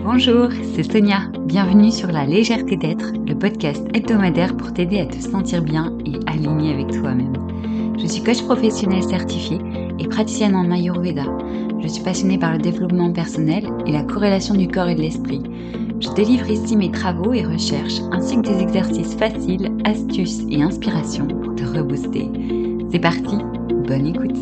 Bonjour, c'est Sonia. Bienvenue sur La Légèreté d'être, le podcast hebdomadaire pour t'aider à te sentir bien et aligné avec toi-même. Je suis coach professionnel certifié et praticienne en Ayurveda. Je suis passionnée par le développement personnel et la corrélation du corps et de l'esprit. Je délivre ici mes travaux et recherches ainsi que des exercices faciles, astuces et inspirations pour te rebooster. C'est parti, bonne écoute.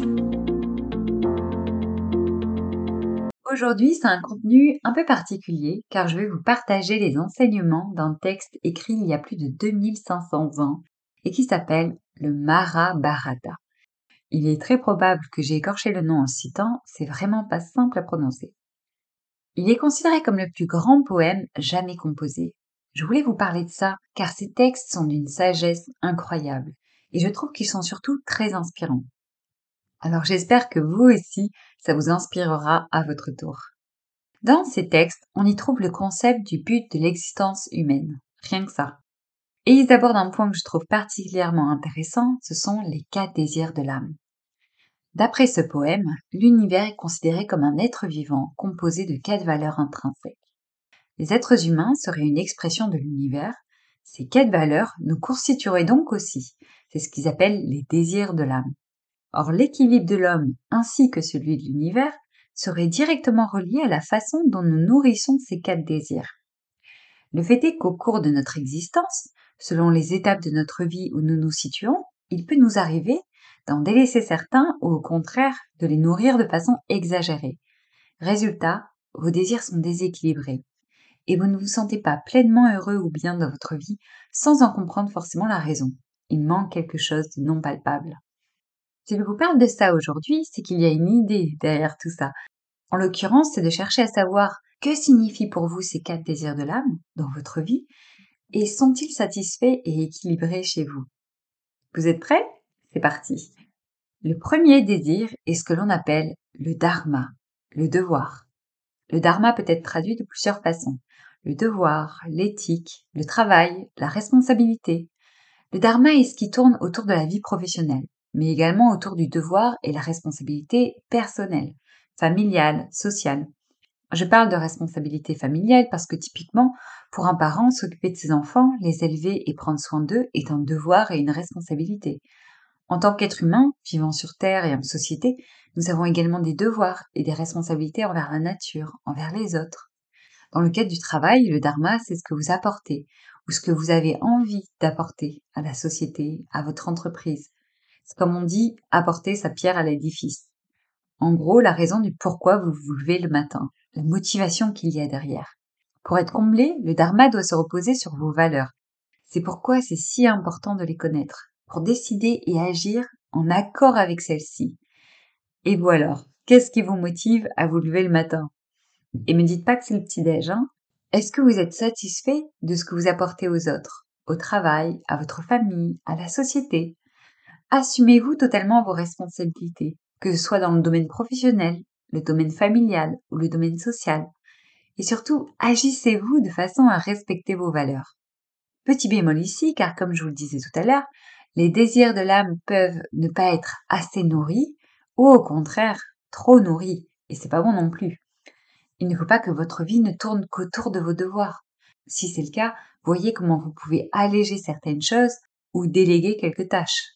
Aujourd'hui, c'est un contenu un peu particulier car je vais vous partager les enseignements d'un texte écrit il y a plus de 2500 ans et qui s'appelle le Mahabharata. Il est très probable que j'ai écorché le nom en le citant, c'est vraiment pas simple à prononcer. Il est considéré comme le plus grand poème jamais composé. Je voulais vous parler de ça car ces textes sont d'une sagesse incroyable et je trouve qu'ils sont surtout très inspirants. Alors j'espère que vous aussi, ça vous inspirera à votre tour. Dans ces textes, on y trouve le concept du but de l'existence humaine, rien que ça. Et ils abordent un point que je trouve particulièrement intéressant, ce sont les 4 désirs de l'âme. D'après ce poème, l'univers est considéré comme un être vivant composé de 4 valeurs intrinsèques. Les êtres humains seraient une expression de l'univers, ces 4 valeurs nous constitueraient donc aussi, c'est ce qu'ils appellent les désirs de l'âme. Or l'équilibre de l'homme ainsi que celui de l'univers serait directement relié à la façon dont nous nourrissons ces 4 désirs. Le fait est qu'au cours de notre existence, selon les étapes de notre vie où nous nous situons, il peut nous arriver d'en délaisser certains ou au contraire de les nourrir de façon exagérée. Résultat, vos désirs sont déséquilibrés et vous ne vous sentez pas pleinement heureux ou bien dans votre vie sans en comprendre forcément la raison. Il manque quelque chose de non palpable. Si je vous parle de ça aujourd'hui, c'est qu'il y a une idée derrière tout ça. En l'occurrence, c'est de chercher à savoir que signifient pour vous ces 4 désirs de l'âme dans votre vie et sont-ils satisfaits et équilibrés chez vous? Vous êtes prêts? C'est parti. Le premier désir est ce que l'on appelle le dharma, le devoir. Le dharma peut être traduit de plusieurs façons. Le devoir, l'éthique, le travail, la responsabilité. Le dharma est ce qui tourne autour de la vie professionnelle, mais également autour du devoir et la responsabilité personnelle, familiale, sociale. Je parle de responsabilité familiale parce que typiquement, pour un parent, s'occuper de ses enfants, les élever et prendre soin d'eux est un devoir et une responsabilité. En tant qu'être humain, vivant sur Terre et en société, nous avons également des devoirs et des responsabilités envers la nature, envers les autres. Dans le cadre du travail, le dharma, c'est ce que vous apportez ou ce que vous avez envie d'apporter à la société, à votre entreprise. C'est comme on dit, apporter sa pierre à l'édifice. En gros, la raison du pourquoi vous vous levez le matin, la motivation qu'il y a derrière. Pour être comblé, le dharma doit se reposer sur vos valeurs. C'est pourquoi c'est si important de les connaître, pour décider et agir en accord avec celles-ci. Et vous alors, qu'est-ce qui vous motive à vous lever le matin? Et me dites pas que c'est le petit-déj, hein? Est-ce que vous êtes satisfait de ce que vous apportez aux autres, au travail, à votre famille, à la société? Assumez-vous totalement vos responsabilités, que ce soit dans le domaine professionnel, le domaine familial ou le domaine social. Et surtout, agissez-vous de façon à respecter vos valeurs. Petit bémol ici, car comme je vous le disais tout à l'heure, les désirs de l'âme peuvent ne pas être assez nourris, ou au contraire, trop nourris, et c'est pas bon non plus. Il ne faut pas que votre vie ne tourne qu'autour de vos devoirs. Si c'est le cas, voyez comment vous pouvez alléger certaines choses ou déléguer quelques tâches.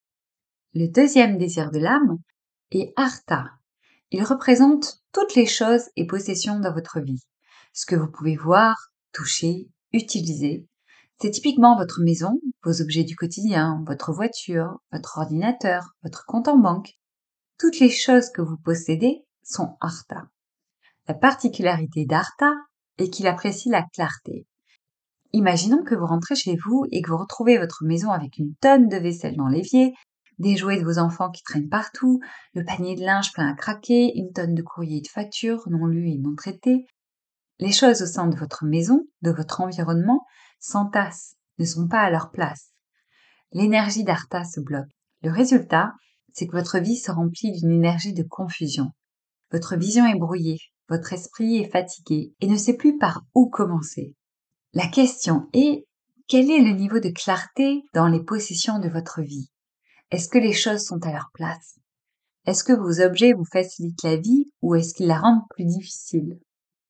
Le deuxième désir de l'âme est Artha. Il représente toutes les choses et possessions dans votre vie. Ce que vous pouvez voir, toucher, utiliser. C'est typiquement votre maison, vos objets du quotidien, votre voiture, votre ordinateur, votre compte en banque. Toutes les choses que vous possédez sont Artha. La particularité d'Artha est qu'il apprécie la clarté. Imaginons que vous rentrez chez vous et que vous retrouvez votre maison avec une tonne de vaisselle dans l'évier, des jouets de vos enfants qui traînent partout, le panier de linge plein à craquer, une tonne de courriers et de factures non lus et non traités. Les choses au sein de votre maison, de votre environnement, s'entassent, ne sont pas à leur place. L'énergie d'Artha se bloque. Le résultat, c'est que votre vie se remplit d'une énergie de confusion. Votre vision est brouillée, votre esprit est fatigué et ne sait plus par où commencer. La question est, quel est le niveau de clarté dans les possessions de votre vie? Est-ce que les choses sont à leur place? Est-ce que vos objets vous facilitent la vie ou est-ce qu'ils la rendent plus difficile?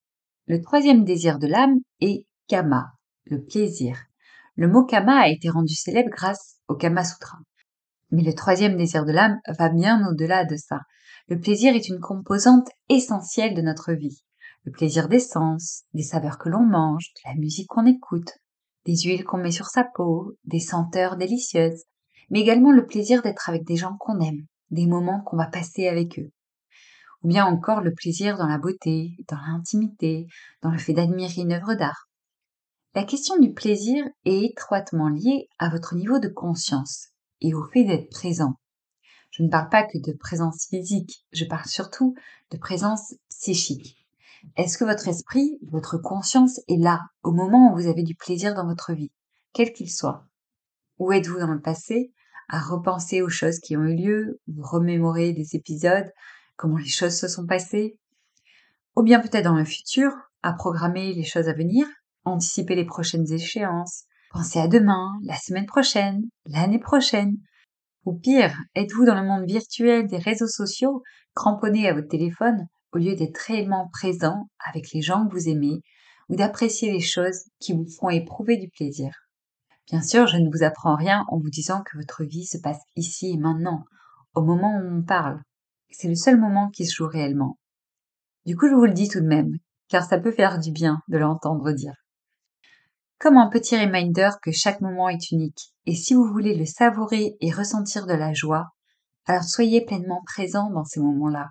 Le troisième désir de l'âme est Kama, le plaisir. Le mot Kama a été rendu célèbre grâce au Kama Sutra. Mais le troisième désir de l'âme va bien au-delà de ça. Le plaisir est une composante essentielle de notre vie. Le plaisir des sens, des saveurs que l'on mange, de la musique qu'on écoute, des huiles qu'on met sur sa peau, des senteurs délicieuses, mais également le plaisir d'être avec des gens qu'on aime, des moments qu'on va passer avec eux. Ou bien encore le plaisir dans la beauté, dans l'intimité, dans le fait d'admirer une œuvre d'art. La question du plaisir est étroitement liée à votre niveau de conscience et au fait d'être présent. Je ne parle pas que de présence physique, je parle surtout de présence psychique. Est-ce que votre esprit, votre conscience est là au moment où vous avez du plaisir dans votre vie, quel qu'il soit? Ou êtes-vous dans le passé à repenser aux choses qui ont eu lieu, vous remémorer des épisodes, comment les choses se sont passées? Ou bien peut-être dans le futur, à programmer les choses à venir, anticiper les prochaines échéances, penser à demain, la semaine prochaine, l'année prochaine? Ou pire, êtes-vous dans le monde virtuel des réseaux sociaux, cramponné à votre téléphone, au lieu d'être réellement présent avec les gens que vous aimez ou d'apprécier les choses qui vous font éprouver du plaisir? Bien sûr, je ne vous apprends rien en vous disant que votre vie se passe ici et maintenant, au moment où on parle. C'est le seul moment qui se joue réellement. Du coup, je vous le dis tout de même, car ça peut faire du bien de l'entendre dire. Comme un petit reminder que chaque moment est unique, et si vous voulez le savourer et ressentir de la joie, alors soyez pleinement présent dans ces moments-là.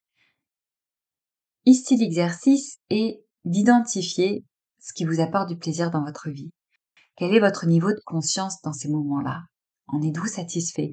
Ici, l'exercice est d'identifier ce qui vous apporte du plaisir dans votre vie. Quel est votre niveau de conscience dans ces moments-là? En êtes-vous satisfait?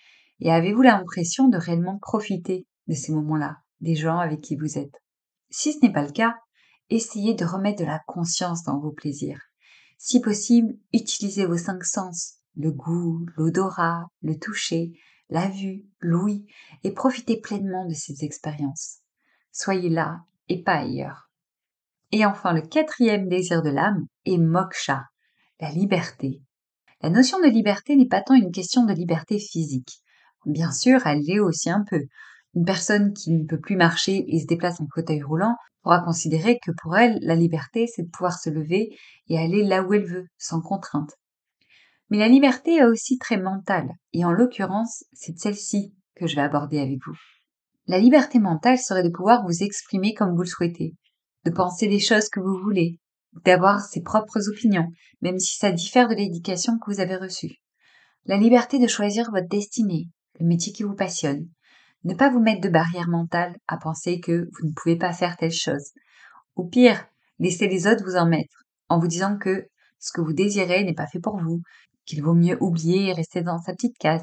Et avez-vous l'impression de réellement profiter de ces moments-là, des gens avec qui vous êtes? Si ce n'est pas le cas, essayez de remettre de la conscience dans vos plaisirs. Si possible, utilisez vos 5 sens, le goût, l'odorat, le toucher, la vue, l'ouïe, et profitez pleinement de ces expériences. Soyez là et pas ailleurs. Et enfin, le quatrième désir de l'âme est moksha, la liberté. La notion de liberté n'est pas tant une question de liberté physique. Bien sûr, elle l'est aussi un peu. Une personne qui ne peut plus marcher et se déplace en fauteuil roulant pourra considérer que pour elle, la liberté, c'est de pouvoir se lever et aller là où elle veut, sans contrainte. Mais la liberté est aussi très mentale, et en l'occurrence, c'est de celle-ci que je vais aborder avec vous. La liberté mentale serait de pouvoir vous exprimer comme vous le souhaitez, de penser des choses que vous voulez, d'avoir ses propres opinions, même si ça diffère de l'éducation que vous avez reçue. La liberté de choisir votre destinée, le métier qui vous passionne. Ne pas vous mettre de barrière mentale à penser que vous ne pouvez pas faire telle chose. Ou pire, laisser les autres vous en mettre, en vous disant que ce que vous désirez n'est pas fait pour vous, qu'il vaut mieux oublier et rester dans sa petite case.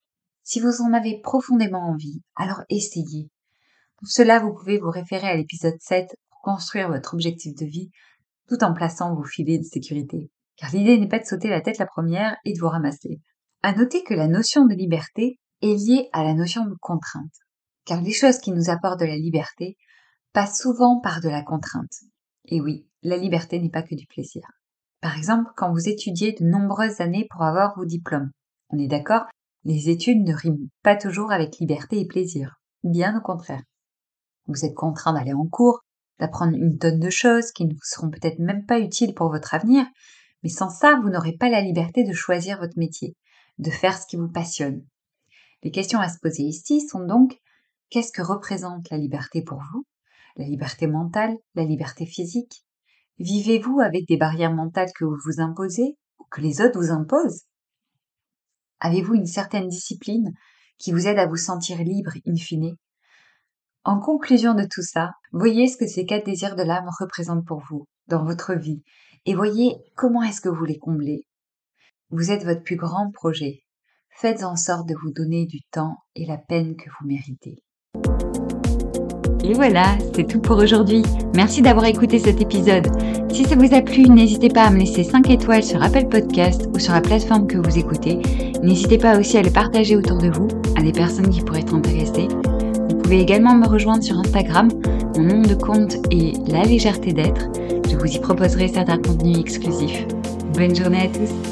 Si vous en avez profondément envie, alors essayez. Pour cela, vous pouvez vous référer à l'épisode 7 pour construire votre objectif de vie, tout en plaçant vos filets de sécurité. Car l'idée n'est pas de sauter la tête la première et de vous ramasser. À noter que la notion de liberté est liée à la notion de contrainte. Car les choses qui nous apportent de la liberté passent souvent par de la contrainte. Et oui, la liberté n'est pas que du plaisir. Par exemple, quand vous étudiez de nombreuses années pour avoir vos diplômes. On est d'accord, les études ne riment pas toujours avec liberté et plaisir. Bien au contraire. Vous êtes contraint d'aller en cours, d'apprendre une tonne de choses qui ne vous seront peut-être même pas utiles pour votre avenir, mais sans ça, vous n'aurez pas la liberté de choisir votre métier, de faire ce qui vous passionne. Les questions à se poser ici sont donc, qu'est-ce que représente la liberté pour vous? La liberté mentale, la liberté physique? Vivez-vous avec des barrières mentales que vous vous imposez ou que les autres vous imposent? Avez-vous une certaine discipline qui vous aide à vous sentir libre in fine? En conclusion de tout ça, voyez ce que ces 4 désirs de l'âme représentent pour vous, dans votre vie, et voyez comment est-ce que vous les comblez. Vous êtes votre plus grand projet. Faites en sorte de vous donner du temps et la peine que vous méritez. Et voilà, c'est tout pour aujourd'hui. Merci d'avoir écouté cet épisode. Si ça vous a plu, n'hésitez pas à me laisser 5 étoiles sur Apple Podcast ou sur la plateforme que vous écoutez. N'hésitez pas aussi à le partager autour de vous, à des personnes qui pourraient être intéressées. Vous pouvez également me rejoindre sur Instagram. Mon nom de compte est La Légèreté d'être. Je vous y proposerai certains contenus exclusifs. Bonne journée à tous.